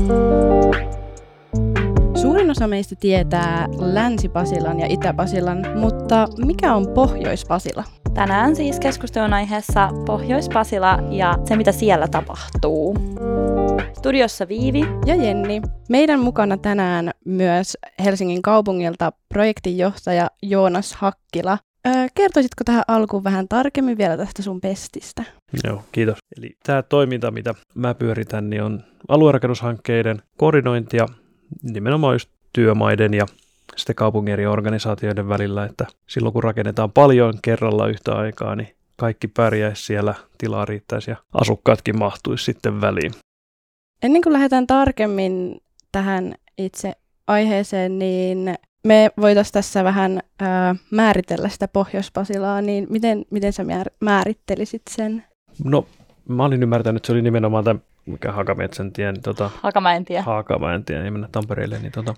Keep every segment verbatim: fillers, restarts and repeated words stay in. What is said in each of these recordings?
Suurin osa meistä tietää Länsi-Pasilan ja Itä-Pasilan, mutta mikä on Pohjois-Pasila? Tänään siis keskustelun aiheessa Pohjois-Pasila ja se, mitä siellä tapahtuu. Studiossa Viivi ja Jenni. Meidän mukana tänään myös Helsingin kaupungilta projektinjohtaja Joonas Hakkila. Öö, kertoisitko tähän alkuun vähän tarkemmin vielä tästä sun pestistä? Joo, kiitos. Eli tämä toiminta, mitä mä pyöritän, niin on aluerakennushankkeiden koordinointia nimenomaan just työmaiden ja sitten kaupungin eri organisaatioiden välillä, että silloin kun rakennetaan paljon kerralla yhtä aikaa, niin kaikki pärjäisi siellä, tilaa riittäisi ja asukkaatkin mahtuisi sitten väliin. Ennen kuin lähdetään tarkemmin tähän itse aiheeseen, niin me voitaisiin tässä vähän ää, määritellä sitä Pohjois-Pasilaa, niin miten, miten sä määrittelisit sen? No, mä olin ymmärtänyt, että se oli nimenomaan tämä, mikä Hakametsän tien, tota, Hakamäen tie. Hakamäen tie, ei mennä Tampereelle, niin tota,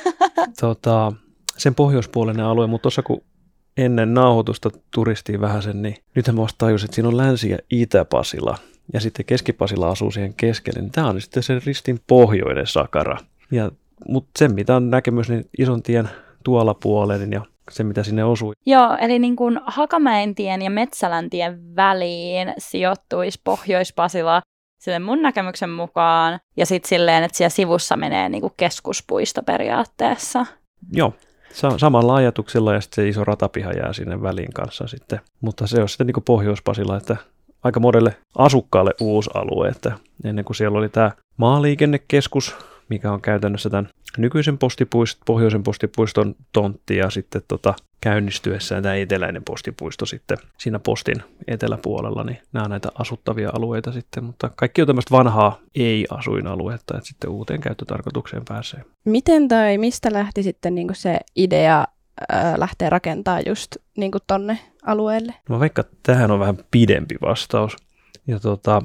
tota, sen pohjoispuolinen alue, mutta tuossa kun ennen nauhoitusta turistiin vähän sen, niin nythän mä vasta tajusin, että siinä on Länsi- ja Itä-Pasila, ja sitten Keski-Pasila asuu siihen keskelle, niin tämä on sitten sen ristin pohjoinen sakara. Ja, mutta sen, mitä on näkemys, niin ison tien tuolla puolen ja se, mitä sinne osui. Joo, eli niin kuin Hakamäentien ja Metsäläntien väliin sijoittuisi Pohjois-Pasila sille mun näkemyksen mukaan, ja sitten silleen, että siellä sivussa menee niin kuin keskuspuisto periaatteessa. Joo, sa- samalla ajatuksella, ja sitten se iso ratapiha jää sinne väliin kanssa sitten. Mutta se on sitten niin kuin Pohjois-Pasila, että aika monelle asukkaalle uusi alue, että ennen kuin siellä oli tämä maaliikennekeskus, mikä on käytännössä tämän nykyisen postipuiston, pohjoisen postipuiston tontti, ja sitten tota, käynnistyessään tämä eteläinen postipuisto sitten siinä postin eteläpuolella, niin nämä on näitä asuttavia alueita sitten, mutta kaikki on tämmöistä vanhaa ei-asuinaluetta, että sitten uuteen käyttötarkoitukseen pääsee. Miten tai mistä lähti sitten niin kuin se idea äh, lähteä rakentamaan just niin kuin tonne alueelle? No vaikka tähän on vähän pidempi vastaus, ja tota,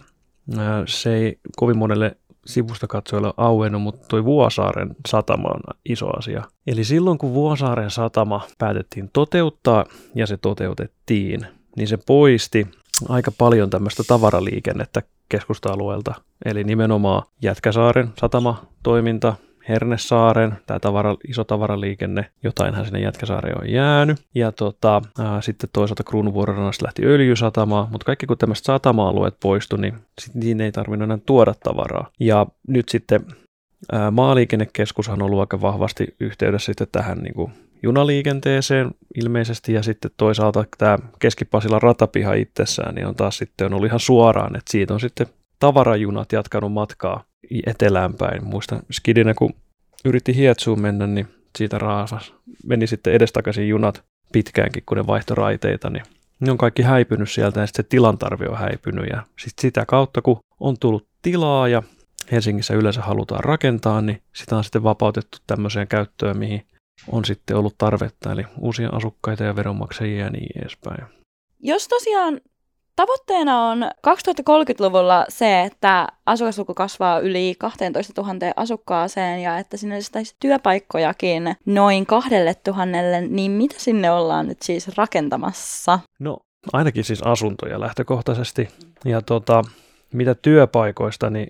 se ei kovin monelle sivusta katsojille auennut, mutta toi Vuosaaren satama on iso asia. Eli silloin, kun Vuosaaren satama päätettiin toteuttaa, ja se toteutettiin, niin se poisti aika paljon tämmöistä tavaraliikennettä keskusta-alueelta. Eli nimenomaan Jätkäsaaren satamatoiminta, Hernesaaren, tämä tavara, iso tavaraliikenne, jotainhan sinne Jätkäsaareen on jäänyt. Ja tota, ää, sitten toisaalta Kruununvuorenrannasta lähti öljysatama, mutta kaikki kun tämmöiset satama-alueet poistui, niin sitten niin ei tarvinnut enää tuoda tavaraa. Ja nyt sitten ää, maaliikennekeskushan on ollut aika vahvasti yhteydessä sitten tähän niin kuin junaliikenteeseen ilmeisesti, ja sitten toisaalta tämä Keski-Pasilan ratapiha itsessään niin on taas sitten on ollut ihan suoraan, että siitä on sitten tavarajunat jatkanut matkaa etelään päin. Muistan skidinä, kun yritti Hietsuun mennä, niin siitä raasas. Meni sitten edestakaisin junat pitkäänkin, kun ne vaihtoi raiteita, niin ne on kaikki häipynyt sieltä, ja sitten se tilantarve on häipynyt. Ja sitten sitä kautta, kun on tullut tilaa ja Helsingissä yleensä halutaan rakentaa, niin sitä on sitten vapautettu tämmöiseen käyttöön, mihin on sitten ollut tarvetta, eli uusia asukkaita ja veronmaksajia ja niin edespäin. Jos tosiaan tavoitteena on kaksituhattakolmekymmentäluvulla se, että asukasluku kasvaa yli kaksitoistatuhatta asukkaaseen ja että sinne saisi työpaikkojakin noin kahdelle tuhannelle, niin mitä sinne ollaan nyt siis rakentamassa? No ainakin siis asuntoja lähtökohtaisesti. Ja tota, mitä työpaikoista, niin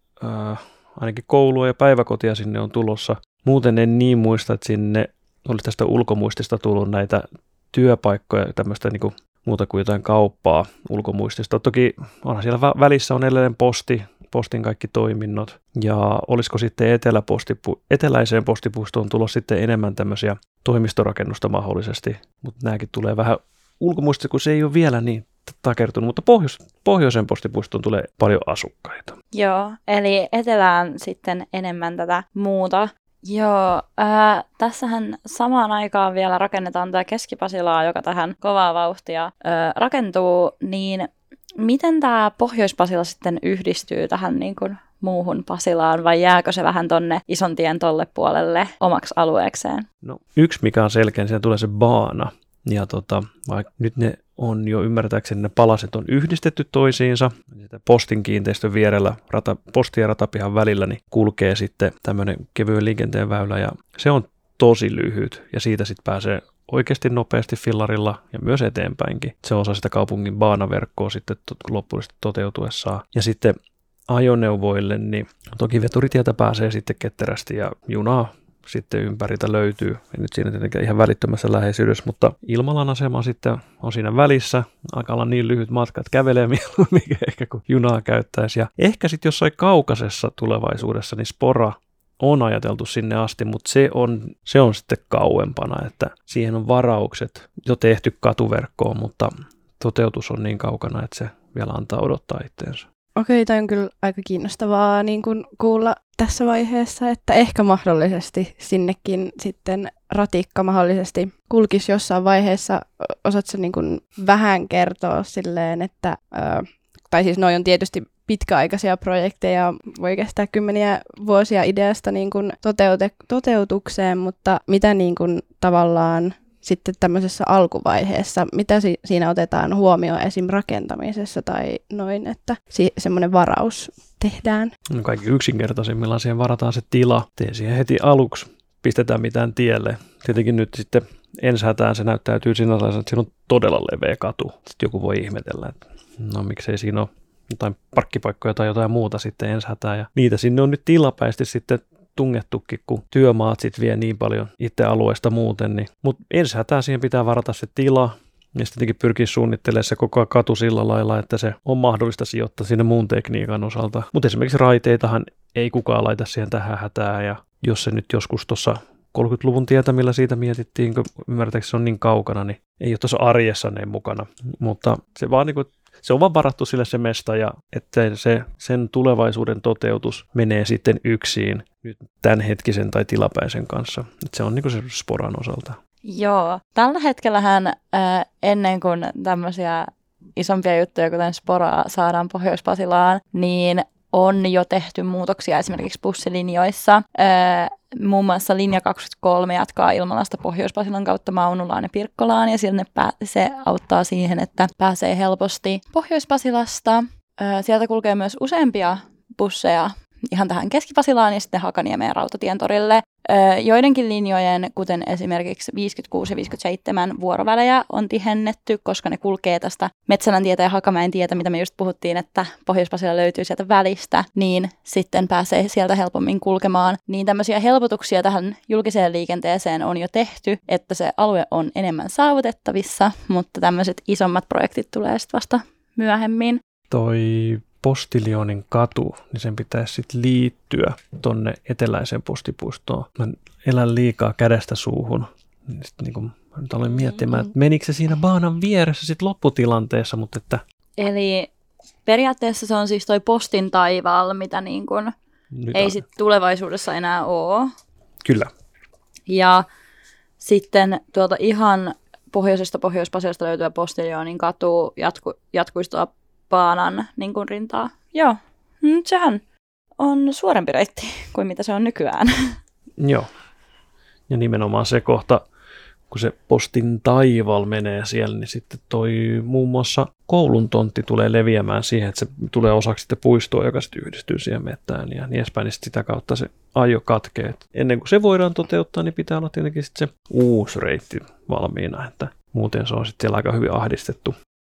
äh, ainakin koulua ja päiväkotia sinne on tulossa. Muuten en niin muista, että sinne olisi tästä ulkomuistista tullut näitä työpaikkoja, tämmöistä niin kuin muuta kuin jotain kauppaa ulkomuistista. Toki onhan siellä välissä on edelleen posti, postin kaikki toiminnot. Ja olisiko sitten eteläpostipu- eteläiseen postipuistoon tulossa sitten enemmän tämmöisiä toimistorakennusta mahdollisesti. Mutta nämäkin tulee vähän ulkomuistista, kun se ei ole vielä niin takertunut. Mutta pohjois- pohjoiseen postipuistoon tulee paljon asukkaita. Joo, eli etelään sitten enemmän tätä muuta. Joo, äh, tässähän samaan aikaan vielä rakennetaan tätä Keski-Pasilaa, joka tähän kovaa vauhtia äh, rakentuu, niin miten tämä Pohjois-Pasila sitten yhdistyy tähän niin kuin muuhun Pasilaan, vai jääkö se vähän tonne ison tien tolle puolelle omaksi alueekseen? No, yksi mikä on selkeä, niin siinä tulee se baana, ja tota, vaikka nyt ne on jo ymmärtääkseni ne palaset on yhdistetty toisiinsa. Postin kiinteistön vierellä, rata, posti- ja ratapihan välillä, niin kulkee sitten tämmöinen kevyen liikenteen väylä, ja se on tosi lyhyt, ja siitä sitten pääsee oikeasti nopeasti fillarilla ja myös eteenpäinkin. Se on osa sitä kaupungin baanaverkkoa sitten loppuisesti toteutuessaan. Ja sitten ajoneuvoille, niin toki veturitietä pääsee sitten ketterästi ja junaa sitten ympäriltä löytyy. Ei nyt siinä tietenkään ihan välittömässä läheisyydessä, mutta Ilmalan asema sitten on siinä välissä. Alkaa olla niin lyhyt matka, että kävelee mieluummin ehkä kuin junaa käyttäisi. Ja ehkä sitten jossain kaukaisessa tulevaisuudessa niin Spora on ajateltu sinne asti, mutta se on, se on sitten kauempana, että siihen on varaukset jo tehty katuverkkoon, mutta toteutus on niin kaukana, että se vielä antaa odottaa itteensä. Okei, tämä on kyllä aika kiinnostavaa niin kuin kuulla tässä vaiheessa, että ehkä mahdollisesti sinnekin sitten ratikka mahdollisesti kulkisi jossain vaiheessa. Osaatko niin kuin vähän kertoa silleen, että, ää, tai siis noi on tietysti pitkäaikaisia projekteja, voi kestää kymmeniä vuosia ideasta niin kuin toteute- toteutukseen, mutta mitä niin kuin tavallaan sitten tämmöisessä alkuvaiheessa, mitä si- siinä otetaan huomioon esim. Rakentamisessa tai noin, että si- semmoinen varaus tehdään? No kaikki yksinkertaisimmillaan siihen varataan se tila. Tee siihen heti aluksi, pistetään mitään tielle. Tietenkin nyt sitten ensi hätään se näyttäytyy siinä lailla, että siinä on todella leveä katu. Sitten joku voi ihmetellä, että no miksei siinä ole jotain parkkipaikkoja tai jotain muuta sitten ensi hätään. Ja niitä sinne on nyt tilapäisesti sitten tungettukin, kun työmaat sitten vie niin paljon itse alueesta muuten. Niin. Mutta ensi hätään siihen pitää varata se tila, ja sitten tietenkin pyrkii suunnittelemaan se koko katu sillä lailla, että se on mahdollista sijoittaa sinne muun tekniikan osalta. Mutta esimerkiksi raiteitahan ei kukaan laita siihen tähän hätään, ja jos se nyt joskus tuossa kolmekymmentäluvun tietämillä siitä mietittiin, kun ymmärtääkseni se on niin kaukana, niin ei ole tuossa arjessa ne mukana. Mutta se vaan niin kuin se on vaan varattu sille se mesta, ja että se, sen tulevaisuuden toteutus menee sitten yksin nyt tämänhetkisen tai tilapäisen kanssa. Että se on niin kuin se Sporan osalta. Joo. Tällä hetkellähän äh, ennen kuin tämmöisiä isompia juttuja, kuten Sporaa, saadaan Pohjois-Pasilaan, niin on jo tehty muutoksia esimerkiksi bussilinjoissa. Äh, muun muassa linja kaksikymmentäkolme jatkaa Ilmalasta Pohjois-Pasilan kautta Maunulaan ja Pirkkolaan, ja sillä pää- se auttaa siihen, että pääsee helposti Pohjois-Pasilasta. Äh, sieltä kulkee myös useampia busseja ihan tähän Keski-Pasilaan ja sitten Hakaniemeen Rautatien torille. Öö, joidenkin linjojen, kuten esimerkiksi viisikymmentäkuusi ja viisikymmentäseitsemän vuorovälejä on tihennetty, koska ne kulkee tästä Metsälän tietä ja Hakamäen tietä, mitä me just puhuttiin, että Pohjois-Pasila löytyy sieltä välistä, niin sitten pääsee sieltä helpommin kulkemaan. Niin tämmöisiä helpotuksia tähän julkiseen liikenteeseen on jo tehty, että se alue on enemmän saavutettavissa, mutta tämmöiset isommat projektit tulee sitten vasta myöhemmin. Toi Postiljonin katu, niin sen pitäisi sitten liittyä tonne eteläiseen postipuistoon. Mä elän liikaa kädestä suuhun. Sitten niin kun, mä nyt aloin miettimään, että menikö se siinä baanan vieressä sitten lopputilanteessa, mutta että... Eli periaatteessa se on siis toi postin taivaalla, mitä niin kun ei on. Sitten tulevaisuudessa enää ole. Kyllä. Ja sitten tuolta ihan pohjoisesta Pohjois-Pasilasta löytyvä Postiljonin katu jatku, jatkuisi tuolla baanan niin kuin rintaa. Joo, mm, sehän on suorempi reitti kuin mitä se on nykyään. Joo, ja nimenomaan se kohta, kun se postin taival menee siellä, niin sitten toi muun muassa koulun tontti tulee leviämään siihen, että se tulee osaksi sitten puistoa, joka sitten yhdistyy siihen mettään ja niin edespäin, niin sitä kautta se ajo katkee. Ennen kuin se voidaan toteuttaa, niin pitää olla tietenkin sitten se uusi reitti valmiina, että muuten se on sitten siellä aika hyvin ahdistettu.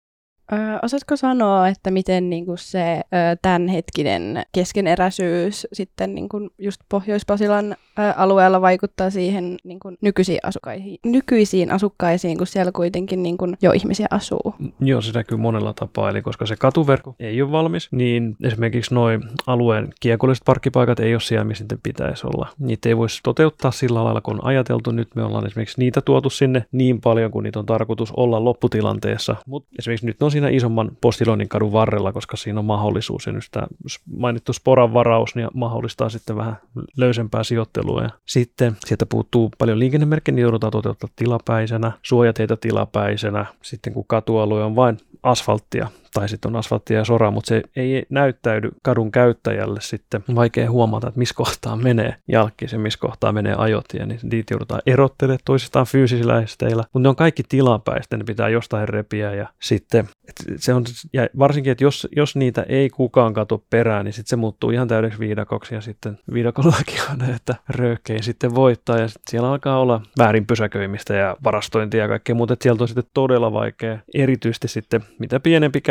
Ö, osaatko sanoa, että miten niin kuin se ö, tämänhetkinen keskeneräisyys sitten niin kuin just Pohjois-Pasilan ö, alueella vaikuttaa siihen niin kuin nykyisiin, asukkaisiin, nykyisiin asukkaisiin, kun siellä kuitenkin niin kuin jo ihmisiä asuu? Joo, se näkyy monella tapaa. Eli koska se katuverkko ei ole valmis, niin esimerkiksi nuo alueen kiekolliset parkkipaikat ei ole siellä, missä niiden pitäisi olla. Niitä ei voisi toteuttaa sillä lailla, kun on ajateltu. Nyt me ollaan esimerkiksi niitä tuotu sinne niin paljon, kun niitä on tarkoitus olla lopputilanteessa. Mutta esimerkiksi nyt on siinä isomman Postiljonin kadun varrella, koska siinä on mahdollisuus. Ja nyt tämä mainittu Sporan varaus niin mahdollistaa sitten vähän löysempää sijoittelua. Ja sitten sieltä puuttuu paljon liikennemerkkejä, niin joudutaan toteuttaa tilapäisenä, suojateitä tilapäisenä. Sitten kun katualue on vain asfalttia, tai sitten on asfalttia ja soraa, mutta se ei näyttäydy kadun käyttäjälle sitten. Vaikea huomata, että missä kohtaa menee jalkki ja missä kohtaa menee ajotie, niin niitä joudutaan erottelemaan toisistaan fyysisillä esteillä. Mutta ne on kaikki tilapäistä, ne pitää jostain repiä ja sitten se on, ja varsinkin, että jos, jos niitä ei kukaan kato perään, niin sitten se muuttuu ihan täydeksi viidakoksi ja sitten viidakollakin on, että röökkein sitten voittaa ja sitten siellä alkaa olla väärin pysäköimistä ja varastointia ja kaikkea muuta, että sieltä on sitten todella vaikea, erityisesti sitten mitä pienempi käyttäjä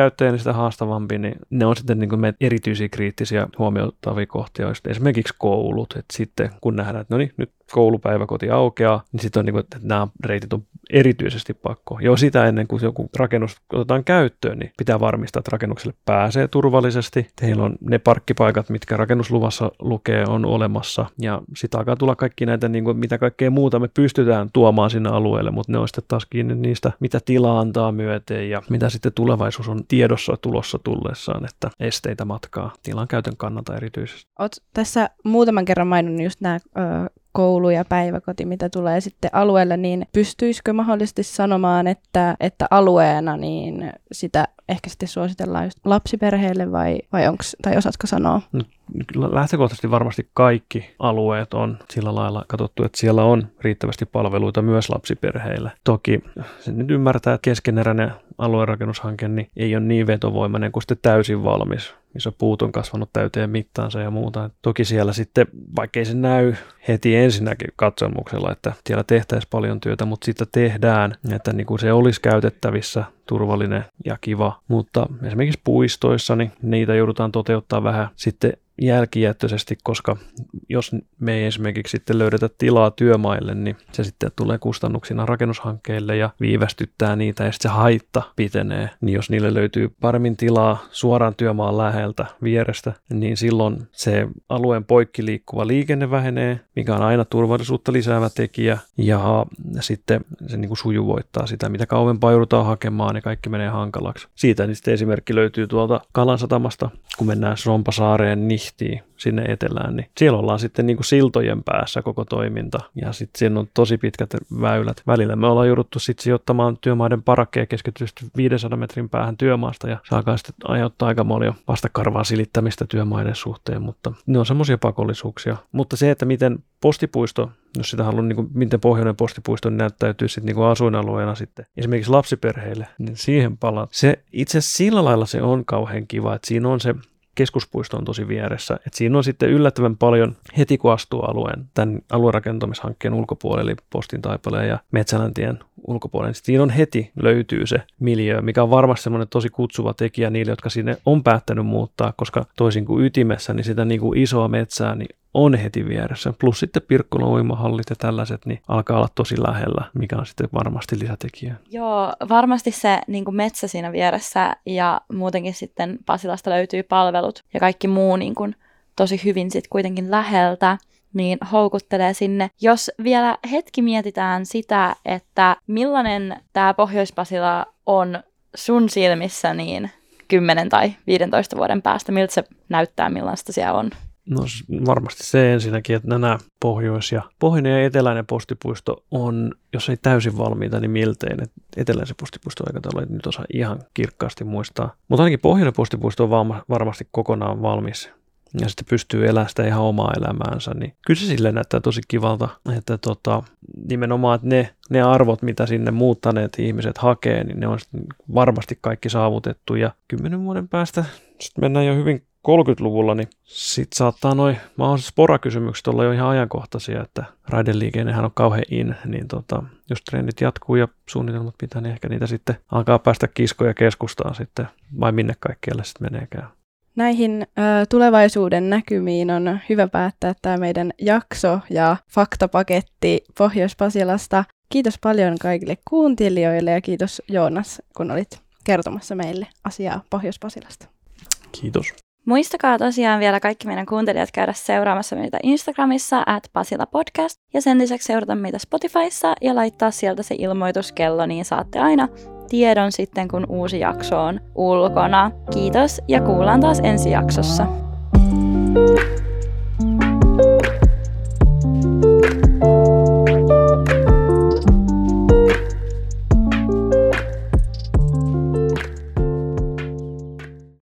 käyttäjä, niin sitä haastavampi, niin ne on sitten niin kuin me erityisiä kriittisiä huomioitavia kohtia, esimerkiksi koulut, että sitten kun nähdään, että no niin, nyt koulupäiväkoti aukeaa, niin sitten on niin kuin, että nämä reitit on erityisesti pakko. Jo sitä ennen kuin joku rakennus otetaan käyttöön, niin pitää varmistaa, että rakennukselle pääsee turvallisesti. Teillä on ne parkkipaikat, mitkä rakennusluvassa lukee, on olemassa. Ja sitten alkaa tulla kaikki näitä, niin kuin, mitä kaikkea muuta me pystytään tuomaan sinne alueelle, mutta ne on sitten taas kiinni niistä, mitä tila antaa myöten ja mitä sitten tulevaisuus on tiedossa tulossa tullessaan, että esteitä matkaa tilan käytön kannalta erityisesti. Olet tässä muutaman kerran maininnut just nämä ö, koulu ja päiväkoti, mitä tulee sitten alueelle, niin pystyisikö mahdollisesti sanomaan, että, että alueena niin sitä ehkä sitten suositellaan just lapsiperheille vai, vai onks, tai osaatko sanoa? No, lähtökohtaisesti varmasti kaikki alueet on sillä lailla katsottu, että siellä on riittävästi palveluita myös lapsiperheille. Toki se nyt ymmärtää, että keskeneräinen aluerakennushanke niin ei ole niin vetovoimainen kuin sitten täysin valmis, missä puut on kasvanut täyteen mittaansa ja muuta. Toki siellä sitten, vaikkei se näy heti ensinnäkin katsomuksella, että siellä tehtäisiin paljon työtä, mutta sitä tehdään, että niin kuin se olisi käytettävissä, turvallinen ja kiva. Mutta esimerkiksi puistoissa niin niitä joudutaan toteuttaa vähän sitten jälkijättöisesti, koska jos me ei esimerkiksi sitten löydetä tilaa työmaille, niin se sitten tulee kustannuksina rakennushankkeille ja viivästyttää niitä ja sitten se haitta pitenee. Niin jos niille löytyy paremmin tilaa suoraan työmaan läheltä vierestä, niin silloin se alueen poikki liikkuva liikenne vähenee, mikä on aina turvallisuutta lisäävä tekijä ja sitten se niin kuin sujuvoittaa sitä, mitä kauempaa joudutaan hakemaan, niin kaikki menee hankalaksi. Siitä niin sitten esimerkki löytyy tuolta Kalansatamasta, kun mennään Sompasaareen Nihtiin sinne etelään, niin siellä ollaan sitten niin kuin siltojen päässä koko toiminta ja sitten siinä on tosi pitkät väylät. Välillä me ollaan jouduttu sitten sijoittamaan työmaiden parakkeja keskitysti viisisataa metrin päähän työmaasta ja se alkaa sitten aiheuttaa aika paljon vastakarvaa silittämistä työmaiden suhteen, mutta ne on semmoisia pakollisuuksia. Mutta se, että miten postipuisto, jos sitä haluaa, niin kuin, miten pohjoinen postipuisto näyttäytyy sitten niin kuin asuinalueena sitten esimerkiksi lapsiperheille, niin siihen palaa. Se itse sillä lailla se on kauhean kiva, että siinä on se keskuspuisto on tosi vieressä. Et siinä on sitten yllättävän paljon heti kun astuu alueen, tämän aluerakentamishankkeen ulkopuolelle, eli Postin Taipaleen ja Metsäläntien ulkopuolelle. Niin siinä on heti löytyy se miljöö, mikä on varmasti semmoinen tosi kutsuva tekijä niille, jotka sinne on päättänyt muuttaa, koska toisin kuin ytimessä, niin sitä niin kuin isoa metsää niin on heti vieressä. Plus sitten Pirkkolan uimahallit ja tällaiset, niin alkaa olla tosi lähellä, mikä on sitten varmasti lisätekijä. Joo, varmasti se niin kuin metsä siinä vieressä ja muutenkin sitten Pasilasta löytyy palvelut ja kaikki muu niin kuin tosi hyvin sitten kuitenkin läheltä, niin houkuttelee sinne. Jos vielä hetki mietitään sitä, että millainen tämä Pohjois-Pasila on sun silmissä niin kymmenen tai viidentoista vuoden päästä, miltä se näyttää, millaista siellä on? No varmasti se ensinnäkin, että nämä pohjois- ja pohjoinen ja eteläinen postipuisto on, jos ei täysin valmiita, niin miltein. Eteläisen postipuisto-aikataulu ei nyt osaa ihan kirkkaasti muistaa. Mutta ainakin pohjoinen postipuisto on varmasti kokonaan valmis ja sitten pystyy elämään sitä ihan omaa elämäänsä. Niin kyllä se silleen näyttää tosi kivalta, että tota, nimenomaan että ne, ne arvot, mitä sinne muuttaneet ihmiset hakee, niin ne on varmasti kaikki saavutettu. Ja kymmenen vuoden päästä sitten mennään jo hyvin kolmekymmentäluvulla, niin sitten saattaa noin mahdolliset sporakysymykset olla jo ihan ajankohtaisia, että raideliikennehän on kauhean in, niin tota, jos trendit jatkuu ja suunnitelmat pitää, niin ehkä niitä sitten alkaa päästä kiskoja keskustaan sitten, vai minne kaikkialle sitten meneekään. Näihin ö, tulevaisuuden näkymiin on hyvä päättää tämä meidän jakso ja faktapaketti Pohjois-Pasilasta. Kiitos paljon kaikille kuuntelijoille ja kiitos Joonas, kun olit kertomassa meille asiaa Pohjois-Pasilasta. Kiitos. Muistakaa tosiaan vielä kaikki meidän kuuntelijat käydä seuraamassa meitä Instagramissa at Pasila Podcast ja sen lisäksi seurata meitä Spotifyssa ja laittaa sieltä se ilmoituskello, niin saatte aina tiedon sitten, kun uusi jakso on ulkona. Kiitos ja kuullaan taas ensi jaksossa.